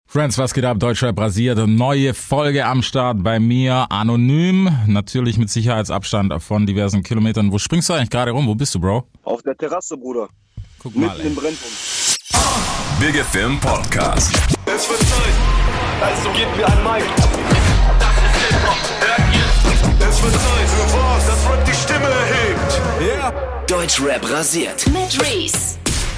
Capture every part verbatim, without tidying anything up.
Friends, was geht ab? Deutschrap rasiert. Neue Folge am Start bei mir. Anonym. Natürlich mit Sicherheitsabstand von diversen Kilometern. Wo springst du eigentlich gerade rum? Wo bist du, Bro? Auf der Terrasse, Bruder. Guck mal, mitten im Brennpunkt. Big F M Podcast. Es wird Zeit. Also gebt mir ein Mic. Das ist Hip-Hop. Hört ihr? Es wird Zeit für was, das Rap die Stimme erhebt. Ja. Yeah. Deutschrap rasiert. Mit Reese.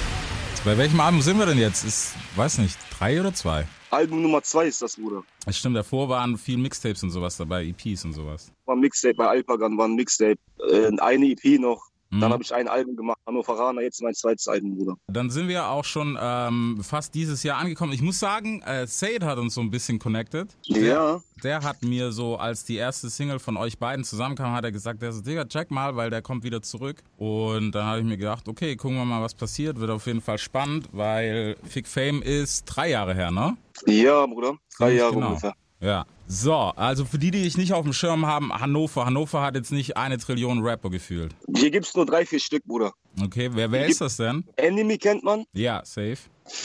Bei welchem Album sind wir denn jetzt? Ist, weiß nicht, drei oder zwei? Album Nummer zwei ist das, Bruder. Das stimmt, davor waren viel Mixtapes und sowas dabei, E Ps und sowas. War ein Mixtape bei Alpagan, war ein Mixtape. Äh, eine E P noch. Mhm. Dann habe ich ein Album gemacht, Hannoveraner, jetzt mein zweites Album, Bruder. Dann sind wir auch schon ähm, fast dieses Jahr angekommen. Ich muss sagen, äh, Said hat uns so ein bisschen connected. Der, Ja. Der hat mir so, als die erste Single von euch beiden zusammenkam, hat er gesagt, der so, Digga, check mal, weil der kommt wieder zurück. Und dann habe ich mir gedacht, okay, gucken wir mal, was passiert. Wird auf jeden Fall spannend, weil Fick Fame ist drei Jahre her, ne? Ja, Bruder. Drei Ziemlich Jahre genau. ungefähr. Ja. So, also für die, die ich nicht auf dem Schirm haben, Hannover. Hannover hat jetzt nicht eine Trillion Rapper gefühlt. Hier gibt's nur drei, vier Stück, Bruder. Okay, wer, wer ist das denn? Enemy kennt man. Ja, safe.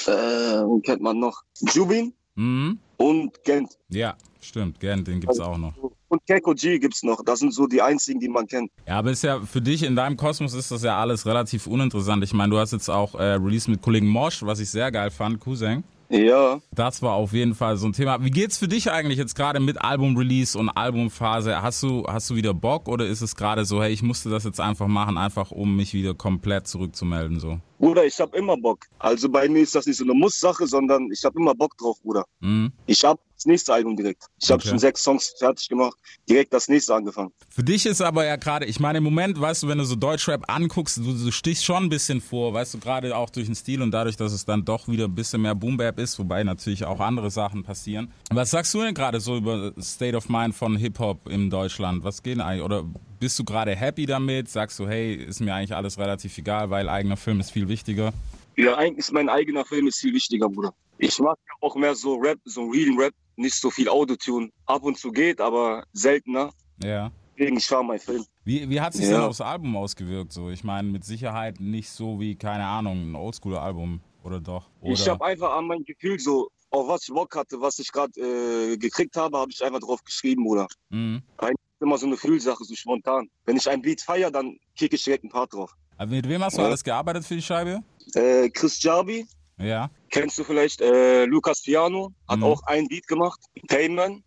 Äh, und kennt man noch. Jubin Mhm. und Gent. Ja, stimmt, gern, den gibt's auch noch. Und Keko G gibt's noch. Das sind so die einzigen, die man kennt. Ja, aber ist ja für dich in deinem Kosmos ist das ja alles relativ uninteressant. Ich meine, du hast jetzt auch äh, Release mit Kollegen Mosch, was ich sehr geil fand, Cousin. Ja. Das war auf jeden Fall so ein Thema. Wie geht's für dich eigentlich jetzt gerade mit Album-Release und Albumphase? Hast du, hast du wieder Bock oder ist es gerade so, hey, ich musste das jetzt einfach machen, einfach um mich wieder komplett zurückzumelden, so? Bruder, ich hab immer Bock. Also bei mir ist das nicht so eine Muss-Sache, sondern ich hab immer Bock drauf, Bruder. Mhm. Ich hab das nächste Album direkt. Ich habe Okay. schon sechs Songs fertig gemacht, direkt das nächste angefangen. Für dich ist aber ja gerade, ich meine im Moment, weißt du, wenn du so Deutschrap anguckst, du, du stichst schon ein bisschen vor, weißt du, gerade auch durch den Stil und dadurch, dass es dann doch wieder ein bisschen mehr Boom-Bap ist, wobei natürlich auch andere Sachen passieren. Was sagst du denn gerade so über State of Mind von Hip-Hop in Deutschland? Was geht denn eigentlich? Oder bist du gerade happy damit? Sagst du, hey, ist mir eigentlich alles relativ egal, weil eigener Film ist viel wichtiger? Ja, eigentlich ist mein eigener Film ist viel wichtiger, Bruder. Ich mag ja auch mehr so Rap, so Real Rap, nicht so viel Autotune. Ab und zu geht, aber seltener. Ja. Deswegen, ich fahre meinen Film. Wie, wie hat sich Ja. denn aufs Album ausgewirkt? So, ich meine, mit Sicherheit nicht so wie, keine Ahnung, ein Oldschool-Album oder doch? Oder? Ich habe einfach an mein Gefühl so, auf was ich Bock hatte, was ich gerade äh, gekriegt habe, habe ich einfach drauf geschrieben, Bruder. Mhm. Eigentlich ist immer so eine Fühlsache, so spontan. Wenn ich ein Beat feiere, dann kicke ich direkt ein Part drauf. Aber mit wem hast du Ja. alles gearbeitet für die Scheibe? Äh, Chris Jarbi, Ja. kennst du vielleicht, äh, Lukas Piano, hat Mhm. auch ein Beat gemacht. Payman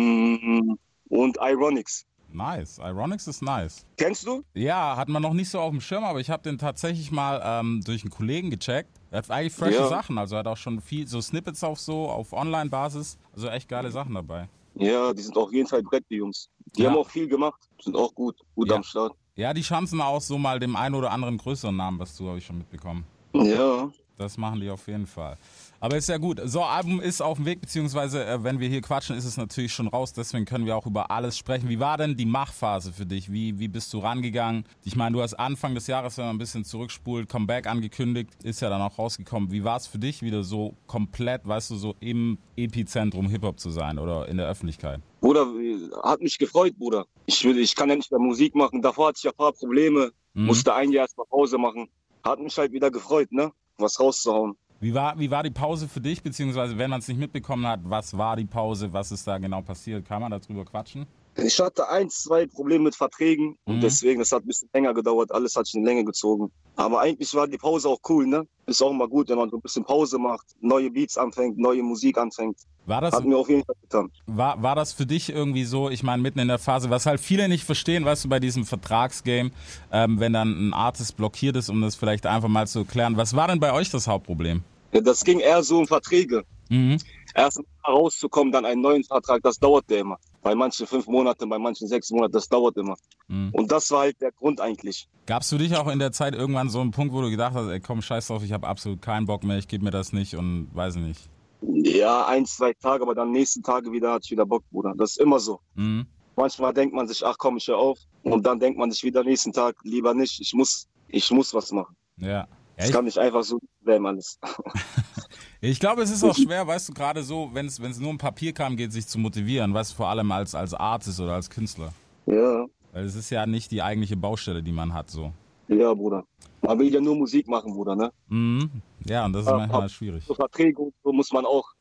mm, und Ironics. Nice. Ironics ist nice. Kennst du? Ja, hat man noch nicht so auf dem Schirm, aber ich habe den tatsächlich mal ähm, durch einen Kollegen gecheckt. Er hat eigentlich frische Ja. Sachen, also er hat auch schon viel so Snippets auf so, auf Online-Basis. Also echt geile Sachen dabei. Ja, die sind auf jeden Fall Brett, die Jungs. Die Ja. haben auch viel gemacht, sind auch gut, gut Ja. am Start. Ja, die schanzen auch so mal dem einen oder anderen größeren Namen, was du, habe ich schon mitbekommen. Ja, Das machen die auf jeden Fall. Aber ist ja gut. So, Album ist auf dem Weg, beziehungsweise äh, wenn wir hier quatschen, ist es natürlich schon raus. Deswegen können wir auch über alles sprechen. Wie war denn die Machphase für dich? Wie, wie bist du rangegangen? Ich meine, du hast Anfang des Jahres, wenn man ein bisschen zurückspult, Comeback angekündigt, ist ja dann auch rausgekommen. Wie war es für dich, wieder so komplett, weißt du, so im Epizentrum Hip-Hop zu sein oder in der Öffentlichkeit? Bruder, hat mich gefreut, Bruder. Ich, will, ich kann ja nicht mehr Musik machen. Davor hatte ich ja ein paar Probleme, Mhm. musste ein Jahr erst mal Pause machen. Hat mich halt wieder gefreut, ne? Was rauszuhauen. Wie war, wie war die Pause für dich, beziehungsweise wenn man es nicht mitbekommen hat, was war die Pause, was ist da genau passiert? Kann man darüber quatschen? Ich hatte ein, zwei Probleme mit Verträgen und Mhm. deswegen, das hat ein bisschen länger gedauert, alles hat sich in Länge gezogen. Aber eigentlich war die Pause auch cool, ne? Ist auch mal gut, wenn man so ein bisschen Pause macht, neue Beats anfängt, neue Musik anfängt. War das, Hat mir auf jeden Fall getan. war, war das für dich irgendwie so, ich meine, mitten in der Phase, was halt viele nicht verstehen, weißt du, bei diesem Vertragsgame, ähm, wenn dann ein Artist blockiert ist, um das vielleicht einfach mal zu klären. Was war denn bei euch das Hauptproblem? Ja, das ging eher so um Verträge. Mhm. Erst mal rauszukommen, dann einen neuen Vertrag, das dauert ja immer. Bei manchen fünf Monate, bei manchen sechs Monate, das dauert immer. Mhm. Und das war halt der Grund eigentlich. Gab es für dich auch in der Zeit irgendwann so einen Punkt, wo du gedacht hast, ey komm, scheiß drauf, ich habe absolut keinen Bock mehr, ich gebe mir das nicht und weiß nicht. Ja, ein, zwei Tage, aber dann nächsten Tage wieder hatte ich wieder Bock, Bruder. Das ist immer so. Mhm. Manchmal denkt man sich, ach komm, ich hör auf. Und dann denkt man sich wieder nächsten Tag, lieber nicht, ich muss, ich muss was machen. Ja. Ja, Das ich, kann nicht einfach so bleiben alles. ich glaube, es ist auch schwer, weißt du, gerade so, wenn es nur um Papierkram geht, sich zu motivieren, weißt du, vor allem als, als Artist oder als Künstler. Ja, Weil es ist ja nicht die eigentliche Baustelle, die man hat, so. ja, Bruder. Man will ja nur Musik machen, Bruder, ne? Mhm. Ja, und das ist Ja, manchmal ab- schwierig. So Verträge und so muss man auch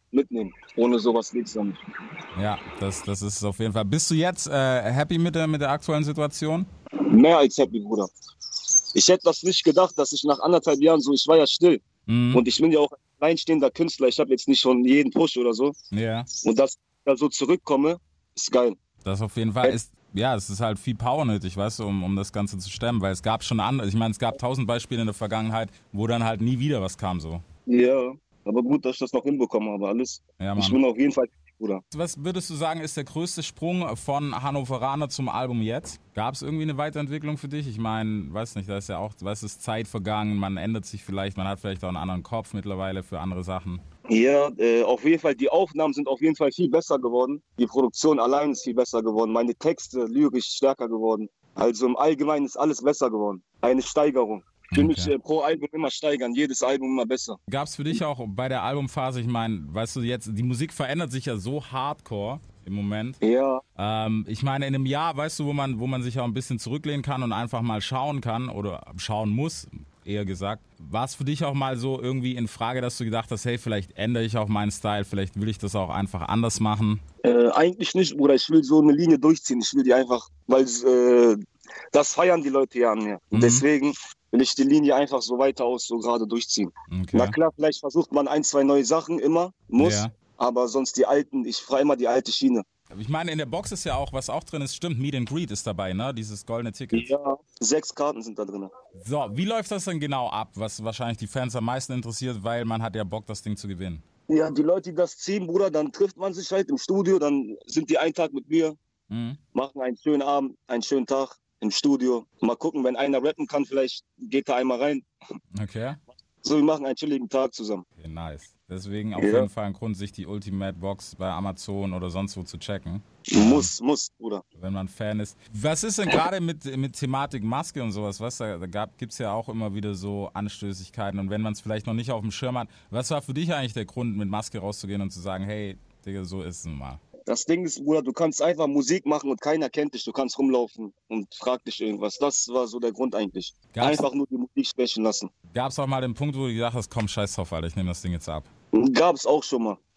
mitnehmen. Ohne sowas geht's dann nicht. Ja, das, das ist es auf jeden Fall. Bist du jetzt äh, happy mit der, mit der aktuellen Situation? Mehr als happy, Bruder. Ich hätte das nicht gedacht, dass ich nach anderthalb Jahren so, ich war ja still. Mhm. Und ich bin ja auch ein alleinstehender Künstler. Ich habe jetzt nicht schon jeden Push oder so. Ja. Und dass ich da so zurückkomme, ist geil. Das auf jeden Fall ist, ja, es ist halt viel Power nötig, weißt du, um, um das Ganze zu stemmen, weil es gab schon andere, ich meine, es gab tausend Beispiele in der Vergangenheit, wo dann halt nie wieder was kam so. Ja, aber gut, dass ich das noch hinbekommen habe, alles. Ja, Ich Mann. bin auf jeden Fall, Bruder. Was würdest du sagen, ist der größte Sprung von Hannoveraner zum Album jetzt? Gab es irgendwie eine Weiterentwicklung für dich? Ich meine, weiß nicht, da ist ja auch, weißt du, ist Zeit vergangen, man ändert sich vielleicht, man hat vielleicht auch einen anderen Kopf mittlerweile für andere Sachen. Ja, äh, auf jeden Fall, die Aufnahmen sind auf jeden Fall viel besser geworden. Die Produktion allein ist viel besser geworden. Meine Texte lyrisch stärker geworden. Also im Allgemeinen ist alles besser geworden. Eine Steigerung. Ich will Okay. mich äh, pro Album immer steigern, jedes Album immer besser. Gab es für dich auch bei der Albumphase, ich meine, weißt du, jetzt, die Musik verändert sich ja so hardcore im Moment. Ja, Ähm, ich meine, in einem Jahr, weißt du, wo man, wo man sich auch ein bisschen zurücklehnen kann und einfach mal schauen kann oder schauen muss, eher gesagt. War es für dich auch mal so irgendwie in Frage, dass du gedacht hast, hey, vielleicht ändere ich auch meinen Style, vielleicht will ich das auch einfach anders machen? äh, eigentlich nicht, Bruder. Ich will so eine Linie durchziehen. Ich will die einfach, weil äh, das feiern die Leute ja an mir. Und Mhm. deswegen will ich die Linie einfach so weiter aus, so gerade durchziehen. Okay. Na klar, vielleicht versucht man ein, zwei neue Sachen immer, muss. Ja. Aber sonst die alten, ich fahre immer die alte Schiene. Ich meine, in der Box ist ja auch, was auch drin ist, stimmt, Meet and Greet ist dabei, ne? Dieses goldene Ticket. Ja, sechs Karten sind da drin. So, wie läuft das denn genau ab, was wahrscheinlich die Fans am meisten interessiert, weil man hat ja Bock, das Ding zu gewinnen. Ja, die Leute, die das ziehen, Bruder, dann trifft man sich halt im Studio, dann sind die einen Tag mit mir, Mhm. machen einen schönen Abend, einen schönen Tag im Studio. Mal gucken, wenn einer rappen kann, vielleicht geht da einmal rein. Okay. So, wir machen einen chilligen Tag zusammen. Okay, nice. Deswegen auf Ja. jeden Fall ein Grund, sich die Ultimate Box bei Amazon oder sonst wo zu checken, Muss, muss, Bruder. wenn man Fan ist. Was ist denn gerade mit, mit Thematik Maske und sowas? Was, da da gibt es ja auch immer wieder so Anstößigkeiten. Und wenn man es vielleicht noch nicht auf dem Schirm hat, was war für dich eigentlich der Grund, mit Maske rauszugehen und zu sagen, hey, Digga, so ist es nun mal? Das Ding ist, Bruder, du kannst einfach Musik machen und keiner kennt dich. Du kannst rumlaufen und frag dich irgendwas. Das war so der Grund eigentlich. Gab's- Einfach nur die Musik sprechen lassen. Gab es auch mal den Punkt, wo du gedacht hast, komm, scheiß drauf, Alter, ich nehme das Ding jetzt ab. Gab es auch schon mal.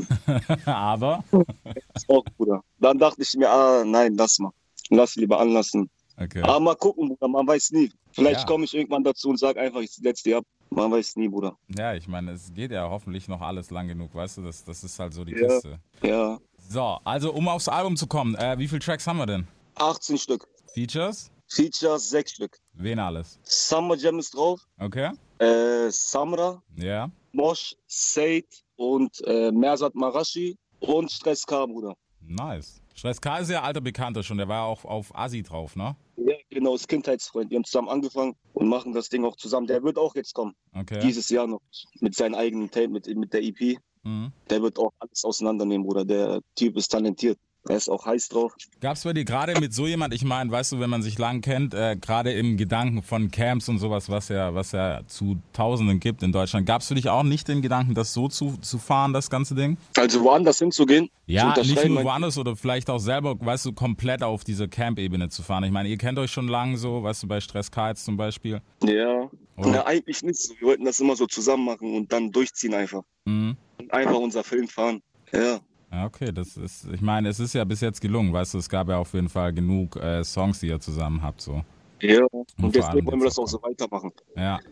Aber, Das auch, Bruder. Dann dachte ich mir, ah, nein, lass mal. Lass lieber anlassen. okay. Aber mal gucken, Bruder, man weiß nie. Vielleicht Ja. komme ich irgendwann dazu und sage einfach, ich setze die ab. Man weiß nie, Bruder. Ja, ich meine, es geht ja hoffentlich noch alles lang genug, weißt du, das, das ist halt so die Ja. Kiste. Ja, So, also um aufs Album zu kommen, äh, wie viele Tracks haben wir denn? achtzehn Stück. Features? Features, sechs Stück. Wen alles? Summer Jam ist drauf. Okay? Äh, Samra, Ja. Mosh, Said und äh, Mersat Marashi und Stress K, Bruder. Nice. Stress K ist ja alter Bekannter schon, der war ja auch auf Asi drauf, ne? Ja, genau, ist Kindheitsfreund. Die haben zusammen angefangen und machen das Ding auch zusammen. Der wird auch jetzt kommen. Okay. Dieses Jahr noch. Mit seinem eigenen Tape, mit, mit der E P. Mhm. Der wird auch alles auseinandernehmen, Bruder. Der Typ ist talentiert. Er ist auch heiß drauf. Gab's bei dir gerade mit so jemand, ich meine, weißt du, wenn man sich lang kennt, äh, gerade im Gedanken von Camps und sowas, was ja, was ja zu Tausenden gibt in Deutschland, gab's für dich auch nicht den Gedanken, das so zu, zu fahren, das ganze Ding? Also woanders hinzugehen. Ja, zu nicht unterschreiben, nur mein- woanders oder vielleicht auch selber, weißt du, komplett auf diese Camp-Ebene zu fahren. Ich meine, ihr kennt euch schon lange so, weißt du, bei Stress K jetzt zum Beispiel. Ja. Oder? Na, eigentlich nicht so. Wir wollten das immer so zusammen machen und dann durchziehen einfach. Mhm. Und einfach unser Film fahren. Ja. Ja, okay, das ist, ich meine, es ist ja bis jetzt gelungen, weißt du, es gab ja auf jeden Fall genug äh, Songs, die ihr zusammen habt, so. Ja. vor Und allem deswegen wollen wir jetzt das auch auch. so weitermachen. Ja.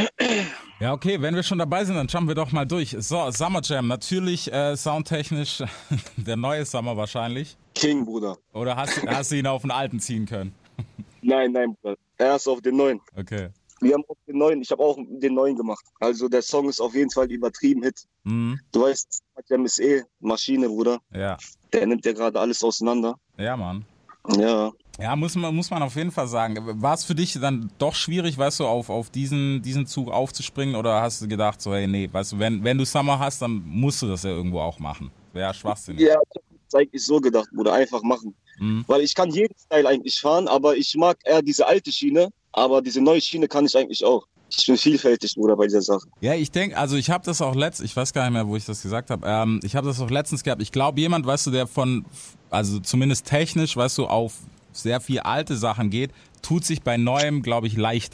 Ja, okay, wenn wir schon dabei sind, dann schauen wir doch mal durch. So, Summer Jam, natürlich äh, soundtechnisch der neue Summer wahrscheinlich. King, Bruder. Oder hast, du- hast du ihn auf den alten ziehen können? Nein, nein, Bruder. Er ist auf den neuen. Okay. Wir haben auch den neuen. Ich habe auch den neuen gemacht. Also der Song ist auf jeden Fall übertrieben Hit. Mhm. Du weißt, Jam ist eh Maschine, Bruder. Ja. Der nimmt ja gerade alles auseinander. Ja, Mann. Ja. Ja, muss man, muss man auf jeden Fall sagen. War es für dich dann doch schwierig, weißt du, auf, auf diesen, diesen Zug aufzuspringen? Oder hast du gedacht, so, hey, nee, weißt du, wenn, wenn du Summer hast, dann musst du das ja irgendwo auch machen. Wäre ja schwachsinnig. Ja, ich habe es eigentlich so gedacht, Bruder. Einfach machen. Mhm. Weil ich kann jeden Style eigentlich fahren, aber ich mag eher diese alte Schiene. Aber diese neue Schiene kann ich eigentlich auch. Ich bin vielfältig, Bruder, bei dieser Sache. Ja, ich denke, also ich habe das auch letztens, ich weiß gar nicht mehr, wo ich das gesagt habe, ähm, ich habe das auch letztens gehabt. Ich glaube, jemand, weißt du, der von, also zumindest technisch, weißt du, auf sehr viel alte Sachen geht, tut sich bei Neuem, glaube ich, leichter.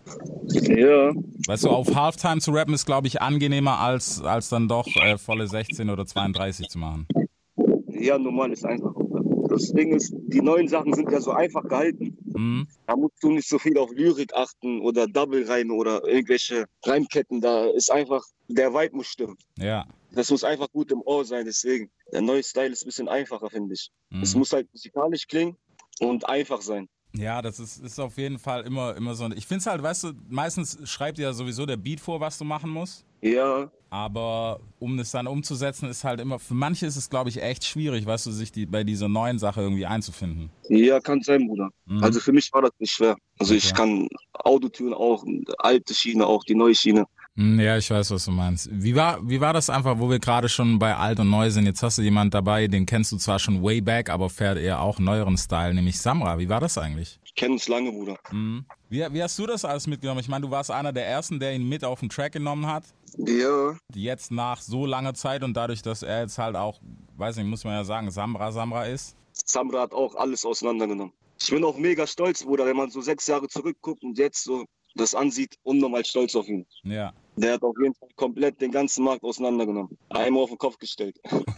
Ja. Weißt du, auf Halftime zu rappen ist, glaube ich, angenehmer, als, als dann doch äh, volle sechzehn oder zweiunddreißig zu machen. Ja, normal ist einfach. Das Ding ist, die neuen Sachen sind ja so einfach gehalten. Mhm. Da musst du nicht so viel auf Lyrik achten oder Double-Reime oder irgendwelche Reimketten. Da ist einfach, der Vibe muss stimmen. Ja. Das muss einfach gut im Ohr sein, deswegen. Der neue Style ist ein bisschen einfacher, finde ich. Mhm. Es muss halt musikalisch klingen und einfach sein. Ja, das ist, ist auf jeden Fall immer, immer so. Ich finde es halt, weißt du, meistens schreibt dir ja sowieso der Beat vor, was du machen musst. Ja, Aber um das dann umzusetzen, ist halt immer, für manche ist es, glaube ich, echt schwierig, weißt du, sich die, bei dieser neuen Sache irgendwie einzufinden. ja, kann sein, Bruder. Mhm. Also für mich war das nicht schwer. Also Okay. ich kann Autotune auch, alte Schiene auch, die neue Schiene. Hm, Ja, ich weiß, was du meinst. Wie war, wie war das einfach, wo wir gerade schon bei alt und neu sind? Jetzt hast du jemand dabei, den kennst du zwar schon way back, aber fährt eher auch neueren Style, nämlich Samra. Wie war das eigentlich? Ich kenne es lange, Bruder. Mhm. Wie, wie hast du das alles mitgenommen? Ich meine, du warst einer der Ersten, der ihn mit auf den Track genommen hat. Ja, Jetzt nach so langer Zeit und dadurch, dass er jetzt halt auch, weiß nicht, muss man ja sagen, Samra Samra ist. Samra hat auch alles auseinandergenommen. Ich bin auch mega stolz, Bruder, wenn man so sechs Jahre zurückguckt und jetzt so das ansieht, unnormal stolz auf ihn. Ja. Der hat auf jeden Fall komplett den ganzen Markt auseinandergenommen. Einmal auf den Kopf gestellt.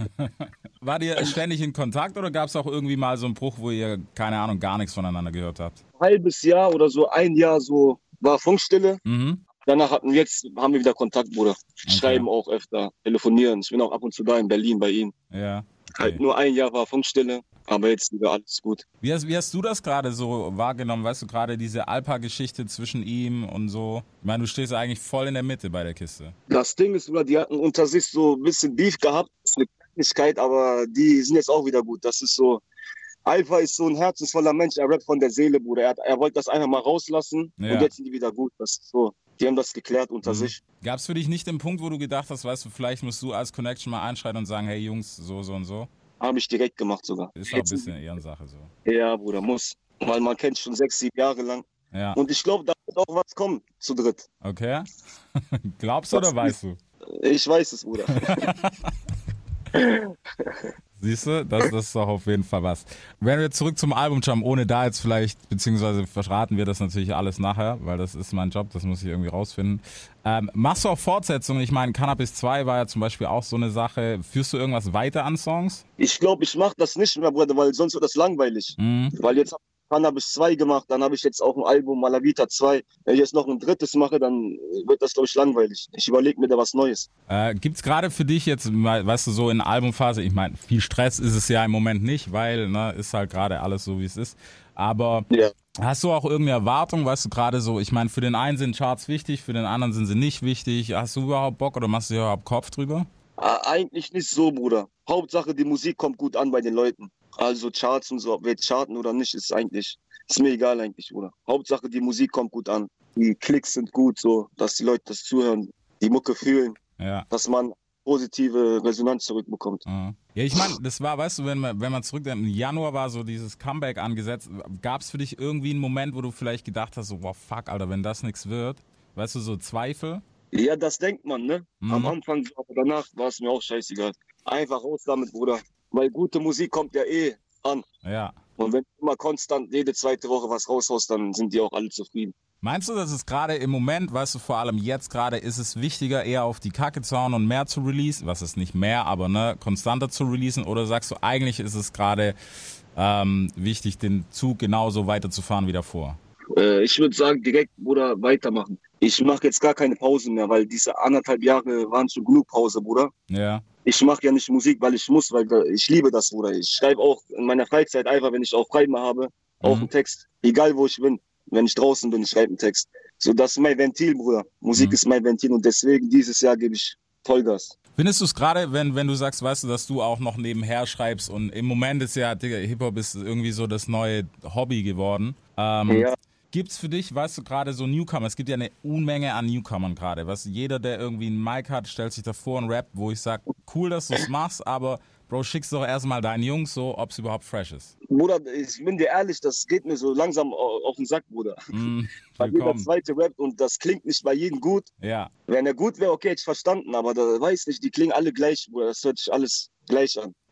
Wart ihr ständig in Kontakt oder gab es auch irgendwie mal so einen Bruch, wo ihr, keine Ahnung, gar nichts voneinander gehört habt? Ein halbes Jahr oder so, ein Jahr so war Funkstille. Mhm. Danach hatten wir jetzt, haben wir wieder Kontakt, Bruder. Okay. Schreiben auch öfter, telefonieren. Ich bin auch ab und zu da in Berlin bei ihm. Ja. Halt Okay. nur ein Jahr war Funkstille, aber jetzt wieder alles gut. Wie hast, wie hast du das gerade so wahrgenommen? Weißt du, gerade diese Alpa-Geschichte zwischen ihm und so? Ich meine, du stehst eigentlich voll in der Mitte bei der Kiste. Das Ding ist, Bruder, die hatten unter sich so ein bisschen Beef gehabt. Das ist eine Kleinigkeit, aber die sind jetzt auch wieder gut. Das ist so, Alpha ist so ein herzensvoller Mensch. Er rappt von der Seele, Bruder. Er, hat, er wollte das einfach mal rauslassen Ja. und jetzt sind die wieder gut. Das ist so, die haben das geklärt unter Mhm. sich. Gab es für dich nicht den Punkt, wo du gedacht hast, weißt du, vielleicht musst du als Connection mal einschreiten und sagen, hey Jungs, so, so und so? Habe ich direkt gemacht sogar. Ist auch ein bisschen Ehrensache so. Ja, Bruder, muss. Weil man kennt schon sechs, sieben Jahre lang. Ja, Und ich glaube, da wird auch was kommen zu dritt. okay. Glaubst du oder Das weißt du? Ich weiß es, Bruder. Siehst du, das, das ist doch auf jeden Fall was. Wenn wir zurück zum Album schauen, ohne da jetzt vielleicht, beziehungsweise verraten wir das natürlich alles nachher, weil das ist mein Job, das muss ich irgendwie rausfinden. Ähm, machst du auch Fortsetzungen? Ich meine, Cannabis zwei war ja zum Beispiel auch so eine Sache. Führst du irgendwas weiter an Songs? Ich glaube, ich mache das nicht mehr, Bruder, weil sonst wird das langweilig. Mhm. Weil jetzt habe ich Cannabis zwei gemacht, dann habe ich jetzt auch ein Album Malavita zwei. Wenn ich jetzt noch ein drittes mache, dann wird das, glaube ich, langweilig. Ich überlege mir da was Neues. Äh, gibt's gerade für dich jetzt, mal, weißt du, so in Albumphase, ich meine, viel Stress ist es ja im Moment nicht, weil, ne, ist halt gerade alles so, wie es ist. Aber Ja. hast du auch irgendeine Erwartung, weißt du, gerade so, ich meine, für den einen sind Charts wichtig, für den anderen sind sie nicht wichtig. Hast du überhaupt Bock oder machst du dir überhaupt Kopf drüber? Äh, Eigentlich nicht so, Bruder. Hauptsache, die Musik kommt gut an bei den Leuten. Also Charts und so, ob wir jetzt charten oder nicht, ist eigentlich, ist mir egal eigentlich, Bruder. Hauptsache, die Musik kommt gut an. Die Klicks sind gut, so, dass die Leute das zuhören, die Mucke fühlen, Ja. dass man positive Resonanz zurückbekommt. Ja, ja ich meine, das war, weißt du, wenn man, wenn man zurückdenkt, im Januar war so dieses Comeback angesetzt. Gab es für dich irgendwie einen Moment, wo du vielleicht gedacht hast, so, boah, fuck, Alter, wenn das nichts wird? Weißt du, so Zweifel? Ja, das denkt man, ne? Mhm. Am Anfang, aber danach war es mir auch scheißegal. Einfach raus damit, Bruder. Weil gute Musik kommt ja eh an. Ja. Und wenn du immer konstant jede zweite Woche was raushaust, dann sind die auch alle zufrieden. Meinst du, dass es gerade im Moment, weißt du, vor allem jetzt gerade, ist es wichtiger, eher auf die Kacke zu hauen und mehr zu releasen? Was ist nicht mehr, aber ne, konstanter zu releasen? Oder sagst du, eigentlich ist es gerade ähm, wichtig, den Zug genauso weiterzufahren wie davor? Äh, ich würde sagen, direkt, Bruder, weitermachen. Ich mache jetzt gar keine Pause mehr, weil diese anderthalb Jahre waren schon genug Pause, Bruder. Ja. Ich mache ja nicht Musik, weil ich muss, weil ich liebe das, Bruder. Ich schreibe auch in meiner Freizeit einfach, wenn ich auch frei mal habe, auch Mhm. einen Text. Egal, wo ich bin. Wenn ich draußen bin, ich schreibe einen Text. So, das ist mein Ventil, Bruder. Musik Mhm. ist mein Ventil und deswegen dieses Jahr gebe ich Vollgas. Findest du es gerade, wenn, wenn du sagst, weißt du, dass du auch noch nebenher schreibst und im Moment ist ja, Digga, Hip-Hop ist irgendwie so das neue Hobby geworden. Ähm, Ja. Gibt's für dich, weißt du, gerade so Newcomer, es gibt ja eine Unmenge an Newcomern gerade, was jeder, der irgendwie einen Mic hat, stellt sich davor und rappt, wo ich sag, cool, dass du es machst, aber Bro, schickst doch erstmal deinen Jungs so, ob es überhaupt fresh ist. Bruder, ich bin dir ehrlich, das geht mir so langsam au- auf den Sack, Bruder. Mm, Weil jeder willkommen. zweite rappt und das klingt nicht bei jedem gut. Ja. Wenn er gut wäre, okay, hätte ich verstanden, aber da weiß nicht, die klingen alle gleich, Bruder. Das hört sich alles gleich an.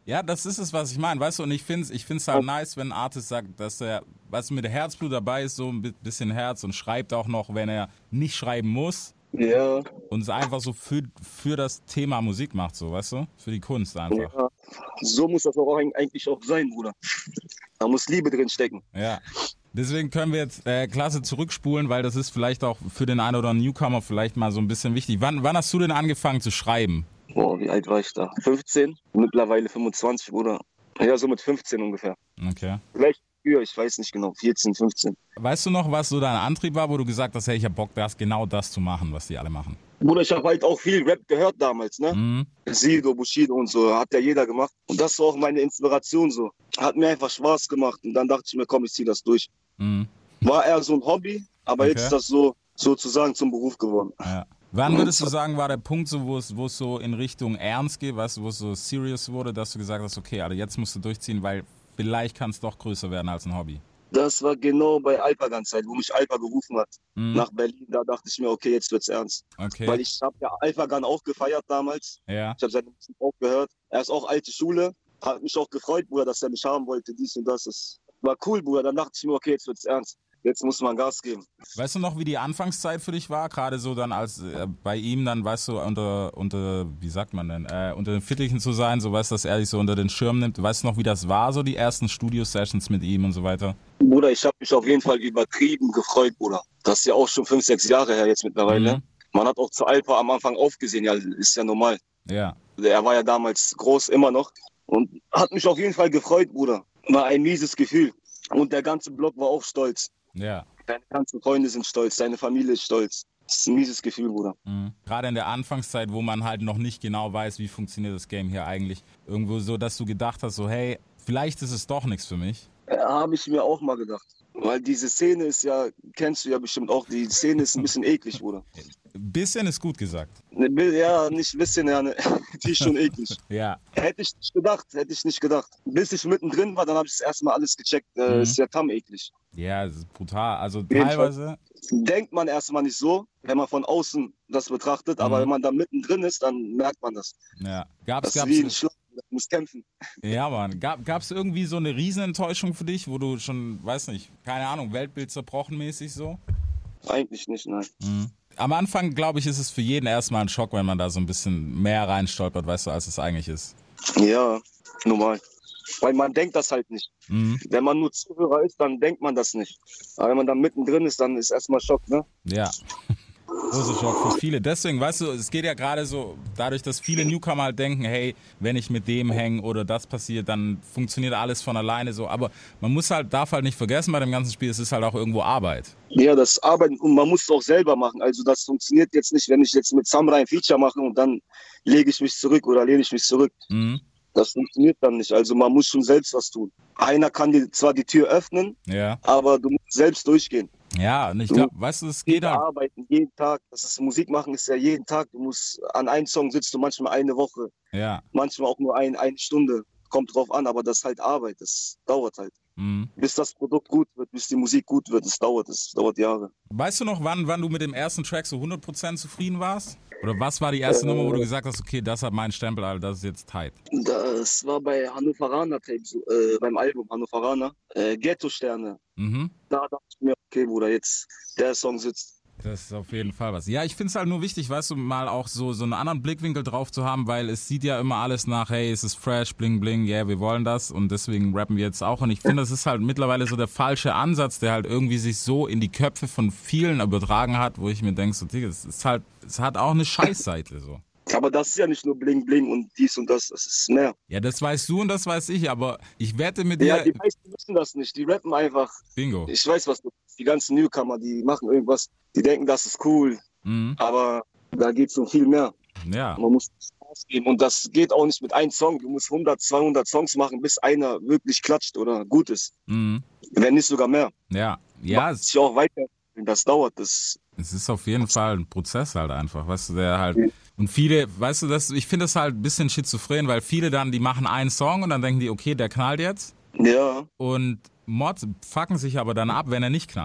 Ja, das ist es, was ich meine, weißt du, und ich finde es ich find's halt nice, wenn ein Artist sagt, dass er, weißt du, mit der Herzblut dabei ist, so ein bisschen Herz und schreibt auch noch, wenn er nicht schreiben muss. Ja. Und es einfach so für, für das Thema Musik macht, so, weißt du? Für die Kunst einfach. Ja. So muss das auch eigentlich auch sein, Bruder. Da muss Liebe drin stecken. Ja. Deswegen können wir jetzt äh, klasse zurückspulen, weil das ist vielleicht auch für den einen oder anderen Newcomer vielleicht mal so ein bisschen wichtig. Wann, wann hast du denn angefangen zu schreiben? Boah, wie alt war ich da? fünfzehn? Mittlerweile fünfundzwanzig, Bruder. Ja, so mit fünfzehn ungefähr. Okay. Vielleicht früher, ich weiß nicht genau, vierzehn, fünfzehn. Weißt du noch, was so dein Antrieb war, wo du gesagt hast, hey, ich hab Bock, das genau das zu machen, was die alle machen? Bruder, ich habe halt auch viel Rap gehört damals, ne? Mhm. Sido, Bushido und so, hat ja jeder gemacht. Und das war auch meine Inspiration so. Hat mir einfach Spaß gemacht und dann dachte ich mir, komm, ich zieh das durch. Mhm. War eher so ein Hobby, aber Okay. jetzt ist das so sozusagen zum Beruf geworden. Ja. Wann würdest du sagen, war der Punkt, so, wo es wo es so in Richtung Ernst geht, weißt du, wo es so serious wurde, dass du gesagt hast, okay, also jetzt musst du durchziehen, weil vielleicht kann es doch größer werden als ein Hobby? Das war genau bei Alpagan-Zeit, wo mich Alpa gerufen hat, Mhm. nach Berlin. Da dachte ich mir, okay, jetzt wird's ernst. Okay. Weil ich habe ja Alpagan auch gefeiert damals. Ja. Ich habe seine Musik auch gehört. Er ist auch alte Schule. Hat mich auch gefreut, Bruder, dass er mich haben wollte, dies und das. Das war cool, Bruder. Dann dachte ich mir, okay, jetzt wird's ernst. Jetzt muss man Gas geben. Weißt du noch, wie die Anfangszeit für dich war? Gerade so dann als äh, bei ihm dann, weißt du, unter, unter wie sagt man denn, äh, unter den Fittichen zu sein, so weißt du, dass er dich so unter den Schirm nimmt. Weißt du noch, wie das war, so die ersten Studio-Sessions mit ihm und so weiter? Bruder, ich habe mich auf jeden Fall übertrieben gefreut, Bruder. Das ist ja auch schon fünf, sechs Jahre her jetzt mittlerweile. Mhm. Man hat auch zu Alpa am Anfang aufgesehen, ja, ist ja normal. Ja. Er war ja damals groß, immer noch. Und hat mich auf jeden Fall gefreut, Bruder. War ein mieses Gefühl. Und der ganze Block war auch stolz. Ja. Deine ganzen Freunde sind stolz, deine Familie ist stolz. Das ist ein mieses Gefühl, Bruder. Mhm. Gerade in der Anfangszeit, wo man halt noch nicht genau weiß, wie funktioniert das Game hier eigentlich. Irgendwo so, dass du gedacht hast, so hey, vielleicht ist es doch nichts für mich. Ja, habe ich mir auch mal gedacht. Weil diese Szene ist ja, kennst du ja bestimmt auch, die Szene ist ein bisschen eklig, Bruder. Bisschen ist gut gesagt. Ne, ja, nicht ein bisschen, ja, ne, die ist schon eklig. Ja. Hätte ich nicht gedacht, hätte ich nicht gedacht. Bis ich mittendrin war, dann habe ich das erste Mal alles gecheckt. Äh, Mhm. Ist ja tam eklig. Ja, es ist brutal. Also jeden Fall. teilweise. Denkt man erstmal nicht so, wenn man von außen das betrachtet, aber Mhm. wenn man da mittendrin ist, dann merkt man das. Ja. Gab's, Das ist gab's, wie ein Schlag, man muss kämpfen. ja, Mann. Gab, gab's irgendwie so eine Riesenenttäuschung für dich, wo du schon, weiß nicht, keine Ahnung, Weltbild zerbrochen mäßig so? Eigentlich nicht, nein. Mhm. Am Anfang, glaube ich, ist es für jeden erstmal ein Schock, wenn man da so ein bisschen mehr reinstolpert, weißt du, als es eigentlich ist. Ja, normal. Weil man denkt das halt nicht. Mhm. Wenn man nur Zuhörer ist, dann denkt man das nicht. Aber wenn man da mittendrin ist, dann ist erstmal Schock, ne? Ja. Großer Schock für viele. Deswegen, weißt du, es geht ja gerade so, dadurch, dass viele Newcomer halt denken, hey, wenn ich mit dem hänge oder das passiert, dann funktioniert alles von alleine so. Aber man muss halt, darf halt nicht vergessen bei dem ganzen Spiel, es ist halt auch irgendwo Arbeit. Ja, das Arbeiten und man muss es auch selber machen. Also das funktioniert jetzt nicht, wenn ich jetzt mit Samurai ein Feature mache und dann lege ich mich zurück oder lehne ich mich zurück. Mhm. Das funktioniert dann nicht. Also man muss schon selbst was tun. Einer kann dir zwar die Tür öffnen, Ja. aber du musst selbst durchgehen. Ja, und ich glaube, weißt du, es geht halt. Arbeiten jeden Tag. Das ist Musik machen ist ja jeden Tag. Du musst an einem Song sitzt du manchmal eine Woche, Ja. manchmal auch nur ein, eine Stunde. Kommt drauf an, aber das ist halt Arbeit. Das dauert halt. Mhm. Bis das Produkt gut wird, bis die Musik gut wird, das dauert. Das dauert Jahre. Weißt du noch, wann, wann du mit dem ersten Track so hundert Prozent zufrieden warst? Oder was war die erste Nummer, wo du gesagt hast, okay, das hat meinen Stempel, Alter, das ist jetzt tight? Das war bei Hannoveraner Tape, so, äh, beim Album Hannoveraner. Äh, Ghetto-Sterne. Mhm. Da dachte ich mir, okay, Bruder, jetzt der Song sitzt. Das ist auf jeden Fall was. Ja, ich finde es halt nur wichtig, weißt du, mal auch so, so einen anderen Blickwinkel drauf zu haben, weil es sieht ja immer alles nach, hey, es ist fresh, bling, bling, yeah, wir wollen das und deswegen rappen wir jetzt auch. Und ich finde, das ist halt mittlerweile so der falsche Ansatz, der halt irgendwie sich so in die Köpfe von vielen übertragen hat, wo ich mir denke, so, Digga, es ist halt, es hat auch eine Scheißseite, so. Aber das ist ja nicht nur Bling Bling und dies und das, das ist mehr. Ja, das weißt du und das weiß ich, aber ich wette mit dir, Ja, die meisten wissen das nicht, die rappen einfach. Bingo. Ich weiß, was du, die ganzen Newcomer, die machen irgendwas, die denken, das ist cool, Mhm. aber da geht es um viel mehr. Ja, Man muss Spaß geben und das geht auch nicht mit einem Song. Du musst hundert, zweihundert Songs machen, bis einer wirklich klatscht oder gut ist. mhm. Wenn nicht sogar mehr. Ja, ja, Man muss es, sich auch weiter. Das dauert. Das es ist auf jeden Fall ein Prozess halt einfach, weißt du, der halt, und viele, weißt du, das, ich finde das halt ein bisschen schizophren, weil viele dann, die machen einen Song und dann denken die, okay, der knallt jetzt ja, und Mods fucken sich aber dann ab, wenn er nicht knallt.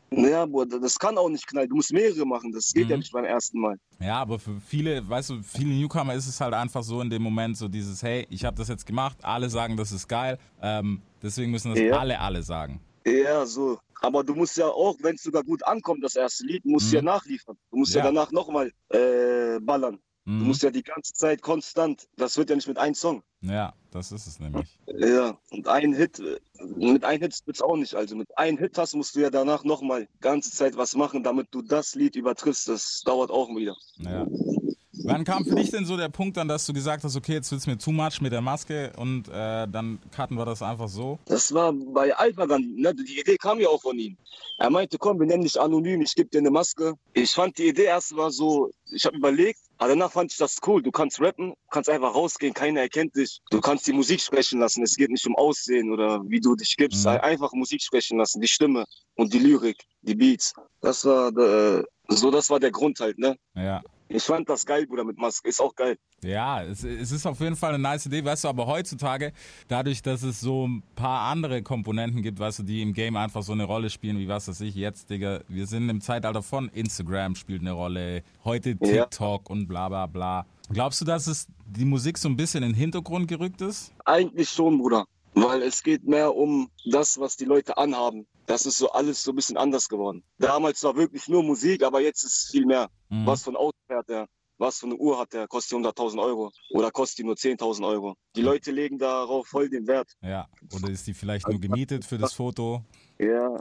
Naja, Bruder, das kann auch nicht knallen. Du musst mehrere machen. Das geht Mhm. ja nicht beim ersten Mal. Ja, aber für viele, weißt du, viele Newcomer ist es halt einfach so in dem Moment so dieses, hey, ich habe das jetzt gemacht, alle sagen, das ist geil, ähm, deswegen müssen das Ja. alle, alle sagen. Ja, so. Aber du musst ja auch, wenn es sogar gut ankommt, das erste Lied, musst Mhm. du ja nachliefern. Du musst ja, Ja. danach nochmal äh, ballern. Du Mhm. musst ja die ganze Zeit konstant. Das wird ja nicht mit einem Song. Ja, das ist es nämlich. Ja, und ein Hit, äh, mit einem Hit wird's auch nicht. Also mit einem Hit hast, musst du ja danach nochmal ganze Zeit was machen, damit du das Lied übertriffst. Das dauert auch wieder. Ja. Wann kam für dich denn so der Punkt dann, dass du gesagt hast, okay, jetzt wird's mir too much mit der Maske und äh, dann cutten wir das einfach so? Das war bei Alpagan, ne? Die Idee kam ja auch von ihm. Er meinte, komm, wir nennen dich anonym, ich gebe dir eine Maske. Ich fand die Idee erst mal so, ich habe überlegt, aber danach fand ich das cool. Du kannst rappen, kannst einfach rausgehen, keiner erkennt dich. Du kannst die Musik sprechen lassen, es geht nicht um Aussehen oder wie du dich gibst. Mhm. Einfach Musik sprechen lassen, die Stimme und die Lyrik, die Beats. Das war, äh, so, das war der Grund halt, ne? Ja. Ich fand das geil, Bruder, mit Maske. Ist auch geil. Ja, es, es ist auf jeden Fall eine nice Idee, weißt du, aber heutzutage, dadurch, dass es so ein paar andere Komponenten gibt, weißt du, die im Game einfach so eine Rolle spielen, wie was weiß ich jetzt, Digga, wir sind im Zeitalter von Instagram spielt eine Rolle, heute Ja. TikTok und bla bla bla. Glaubst du, dass es die Musik so ein bisschen in den Hintergrund gerückt ist? Eigentlich schon, Bruder. Weil es geht mehr um das, was die Leute anhaben. Das ist so alles so ein bisschen anders geworden. Damals war wirklich nur Musik, aber jetzt ist es viel mehr. Mhm. Was für ein Auto fährt der? Was für eine Uhr hat der? Kostet die hunderttausend Euro? Oder kostet die nur zehntausend Euro? Die Leute legen darauf voll den Wert. Ja, oder ist die vielleicht nur gemietet für das Foto? Ja,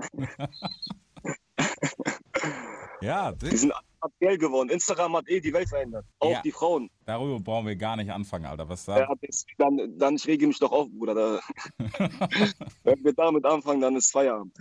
Ja, die sind alle materiell geworden. Instagram hat eh die Welt verändert. Auch Ja. die Frauen. darüber brauchen wir gar nicht anfangen, Alter, was da? Ja, das, dann, dann ich rege mich doch auf, Bruder. Da, wenn wir damit anfangen, dann ist Feierabend.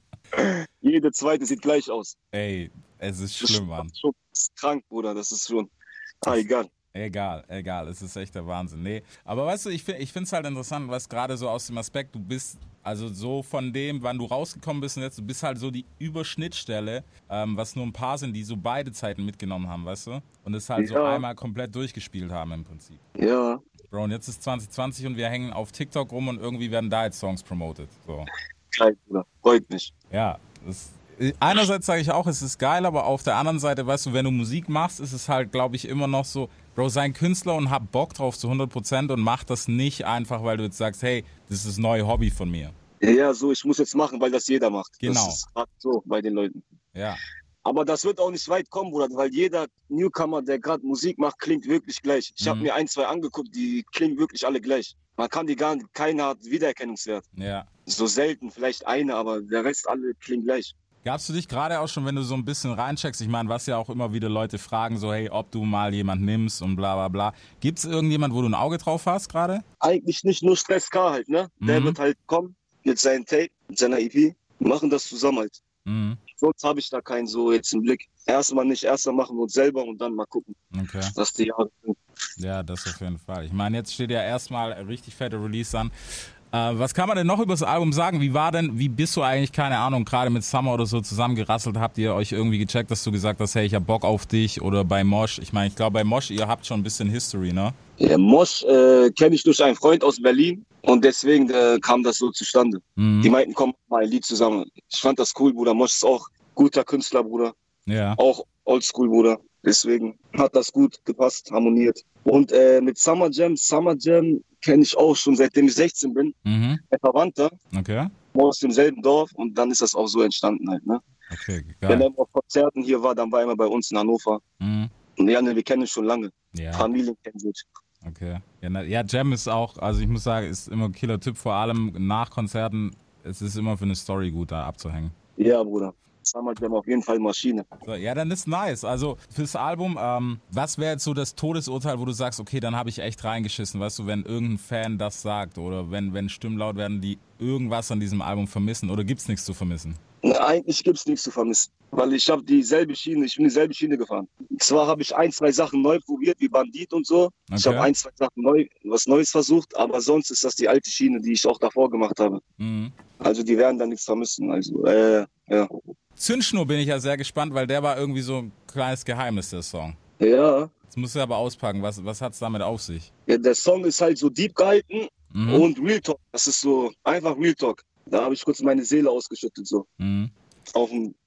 Jede zweite sieht gleich aus. Ey, es ist Das schlimm, Mann. ist schon krank, Bruder. Das ist schon. Ah, egal. Egal, egal, es ist echt der Wahnsinn. Nee, aber weißt du, ich, find- ich finde es halt interessant, was gerade so aus dem Aspekt, du bist, also so von dem, wann du rausgekommen bist und jetzt, du bist halt so die Überschnittstelle, ähm, was nur ein paar sind, die so beide Zeiten mitgenommen haben, weißt du? Und es halt so Ja. einmal komplett durchgespielt haben im Prinzip. Ja. Bro, und jetzt ist zwanzig zwanzig und wir hängen auf TikTok rum und irgendwie werden da jetzt Songs promoted. So. Geil, Bruder. Freut mich. Ja, das, einerseits sage ich auch, es ist geil, aber auf der anderen Seite, weißt du, wenn du Musik machst, ist es halt, glaube ich, immer noch so, Bro, sei ein Künstler und hab Bock drauf zu hundert Prozent und mach das nicht einfach, weil du jetzt sagst, hey, das ist das neue Hobby von mir. Ja, so, ich muss jetzt machen, weil das jeder macht. Genau. Das ist gerade so bei den Leuten. Ja, Aber das wird auch nicht weit kommen, Bruder, weil jeder Newcomer, der gerade Musik macht, klingt wirklich gleich. Ich habe Mhm. mir ein, zwei angeguckt, die klingen wirklich alle gleich. Man kann die gar nicht, keiner hat Wiedererkennungswert. ja. So selten, vielleicht eine, aber der Rest alle klingen gleich. Gabst du dich gerade auch schon, wenn du so ein bisschen reincheckst, ich meine, was ja auch immer wieder Leute fragen, so hey, ob du mal jemand nimmst und bla bla bla. Gibt es irgendjemand, wo du ein Auge drauf hast gerade? Eigentlich nicht nur Stress K halt, ne? Der Mhm. wird halt kommen mit seinem Tape, mit seiner E P, wir machen das zusammen halt. Mhm. Sonst habe ich da keinen so jetzt im Blick. Erstmal nicht, erstmal machen wir uns selber und dann mal gucken, Okay. was die Jahre sind. Ja, das auf jeden Fall. Ich meine, jetzt steht ja erstmal ein richtig fette Release an. Äh, was kann man denn noch über das Album sagen? Wie war denn, wie bist du eigentlich, keine Ahnung, gerade mit Summer oder so zusammengerasselt? Habt ihr euch irgendwie gecheckt, dass du gesagt hast, hey, ich hab Bock auf dich? Oder bei Mosh? Ich meine, ich glaube, bei Mosh, ihr habt schon ein bisschen History, ne? Ja, Mosch äh, kenne ich durch einen Freund aus Berlin und deswegen äh, kam das so zustande. Mhm. Die meinten, komm, mal ein Lied zusammen. Ich fand das cool, Bruder. Mosch ist auch guter Künstler, Bruder. Ja. Auch Oldschool, Bruder. Deswegen hat das gut gepasst, harmoniert. Und äh, mit Summer Jam, Summer Jam kenne ich auch schon seitdem ich sechzehn bin. Mhm. Ein Verwandter Okay. aus demselben Dorf und dann ist das auch so entstanden halt, ne? Okay, Wenn geil. er auf Konzerten hier war, dann war er immer bei uns in Hannover. Mhm. Und ja, ne, wir kennen uns schon lange. Ja. Familien kennen sich. Okay. Ja, na, ja, Jam ist auch, also ich muss sagen, ist immer ein Killer-Typ, vor allem nach Konzerten. Es ist immer für eine Story gut, da abzuhängen. Ja, Bruder. Summer Jam auf jeden Fall Maschine. So, ja, dann ist nice. Also fürs Album, ähm, was wäre jetzt so das Todesurteil, wo du sagst, okay, dann habe ich echt reingeschissen, weißt du, wenn irgendein Fan das sagt oder wenn, wenn Stimmen laut werden, die irgendwas an diesem Album vermissen oder gibt's nichts zu vermissen? Na, eigentlich gibt's nichts zu vermissen, weil ich habe dieselbe Schiene, ich bin dieselbe Schiene gefahren. Zwar habe ich ein, zwei Sachen neu probiert, wie Bandit und so. Ich Okay. habe ein, zwei Sachen neu, was Neues versucht, aber sonst ist das die alte Schiene, die ich auch davor gemacht habe. Mhm. Also die werden da nichts vermissen. Also, äh, ja. Zündschnur bin ich ja sehr gespannt, weil der war irgendwie so ein kleines Geheimnis, der Song. Ja. Jetzt musst du aber auspacken, was, was hat's damit auf sich? Ja, der Song ist halt so deep gehalten Mhm. und Real Talk. Das ist so einfach Real Talk. Da habe ich kurz meine Seele ausgeschüttet, so. Mhm. Auf dem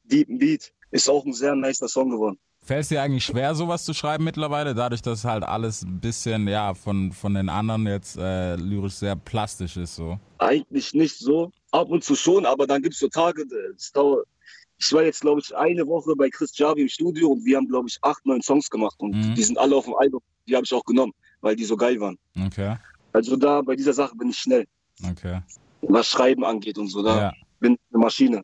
Deep Beat. Ist auch ein sehr nicer Song geworden. Fällt es dir eigentlich schwer, sowas zu schreiben mittlerweile, dadurch, dass halt alles ein bisschen, ja, von, von den anderen jetzt äh, lyrisch sehr plastisch ist, so? Eigentlich nicht so. Ab und zu schon, aber dann gibt es so Tage, das dauert. Ich war jetzt, glaube ich, eine Woche bei Chris Javi im Studio und wir haben, glaube ich, acht, neun Songs gemacht und Mhm. die sind alle auf dem Album. Die habe ich auch genommen, weil die so geil waren. Okay, Also da, bei dieser Sache bin ich schnell, okay. was Schreiben angeht und so. Da Ja. bin ich eine Maschine.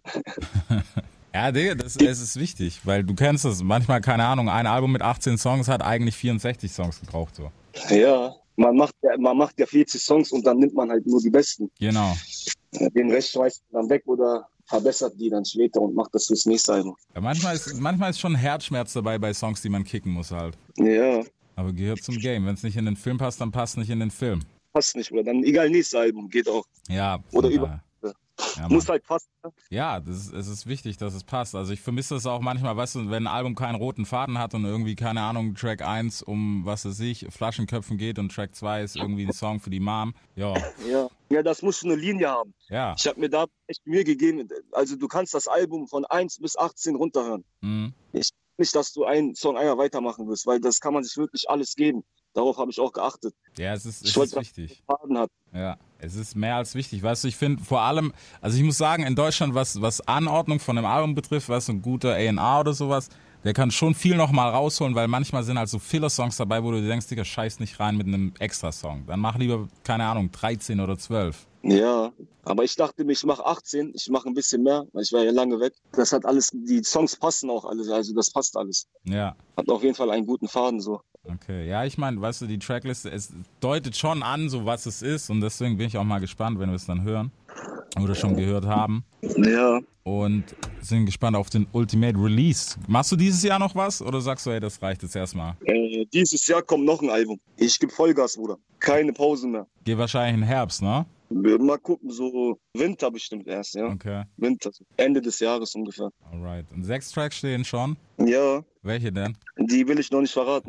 Ja, Digga, das, das ist wichtig, weil du kennst es. Manchmal, keine Ahnung, ein Album mit achtzehn Songs hat eigentlich vierundsechzig Songs gebraucht, so. Ja, man macht, ja- man macht ja vierzig Songs und dann nimmt man halt nur die besten. Genau. Den Rest schmeißt man dann weg oder verbessert die dann später und macht das fürs nächste Album. Ja, manchmal ist, manchmal ist schon Herzschmerz dabei bei Songs, die man kicken muss halt. Ja, Aber gehört zum Game. Wenn es nicht in den Film passt, dann passt nicht in den Film. passt nicht, oder? Dann egal, nächstes Album geht auch. Ja. Oder von über- daher. Ja, Muss Mann. halt passen. ne? Ja, das ist, es ist wichtig, dass es passt. Also ich vermisse das auch manchmal, weißt du, wenn ein Album keinen roten Faden hat und irgendwie, keine Ahnung, Track eins um, was weiß ich, Flaschenköpfen geht und Track zwei ist irgendwie ein Song für die Mom. Ja, Ja. Ja, das muss eine Linie haben. ja. Ich habe mir da echt Mühe gegeben. Also du kannst das Album von eins bis achtzehn runterhören. Mhm. Nicht, dass du einen Song einmal weitermachen wirst, weil das kann man sich wirklich alles geben. Darauf habe ich auch geachtet. Ja, es ist, es Ich wollte, ist dass wichtig. es einen Faden hat. Ja, es ist mehr als wichtig. Weißt du, ich finde vor allem, also ich muss sagen, in Deutschland, was, was Anordnung von einem Album betrifft, was so ein guter A und R oder sowas, der kann schon viel nochmal rausholen, weil manchmal sind halt so Filler-Songs dabei, wo du dir denkst, Digga, scheiß nicht rein mit einem Extra-Song. Dann mach lieber, keine Ahnung, dreizehn oder zwölf. Ja, aber ich dachte mir, ich mache achtzehn, ich mache ein bisschen mehr, weil ich war ja lange weg. Das hat alles, die Songs passen auch alles, also das passt alles. Ja. Hat auf jeden Fall einen guten Faden so. Okay, ja, ich meine, weißt du, die Trackliste, es deutet schon an, so was es ist und deswegen bin ich auch mal gespannt, wenn wir es dann hören oder schon gehört haben Ja, und sind gespannt auf den Ultimate Release. Machst du dieses Jahr noch was oder sagst du, ey, das reicht jetzt erstmal? äh, dieses Jahr kommt noch ein Album. Ich gebe Vollgas, Bruder. Keine Pause mehr. Geht wahrscheinlich in Herbst, ne? Mal gucken, so Winter bestimmt erst, ja. Okay, Winter, so Ende des Jahres ungefähr. alright. Und sechs Tracks stehen schon. Ja, Welche denn? die will ich noch nicht verraten.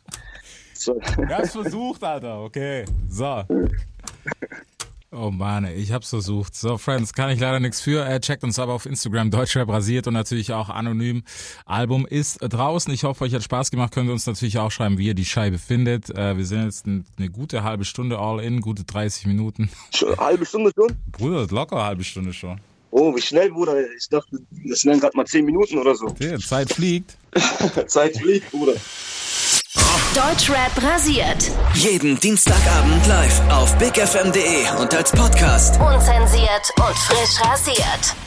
So. Ich hab's versucht, Alter. Okay, so. Oh Mann, ey, ich hab's versucht. So, Friends, kann ich leider nichts für. Äh, checkt uns aber auf Instagram, Deutschrap rasiert und natürlich auch anonym. Album ist draußen. Ich hoffe, euch hat Spaß gemacht. Könnt ihr uns natürlich auch schreiben, wie ihr die Scheibe findet. Äh, wir sind jetzt ein, eine gute halbe Stunde all in, gute dreißig Minuten. Schon, eine halbe Stunde schon? Bruder, locker eine halbe Stunde schon. Oh, wie schnell, Bruder. Ich dachte, das wären gerade mal zehn Minuten oder so. Die Zeit fliegt. Zeit fliegt, Bruder. Deutschrap rasiert. Jeden Dienstagabend live auf bigfm punkt de und als Podcast. Unzensiert und frisch rasiert.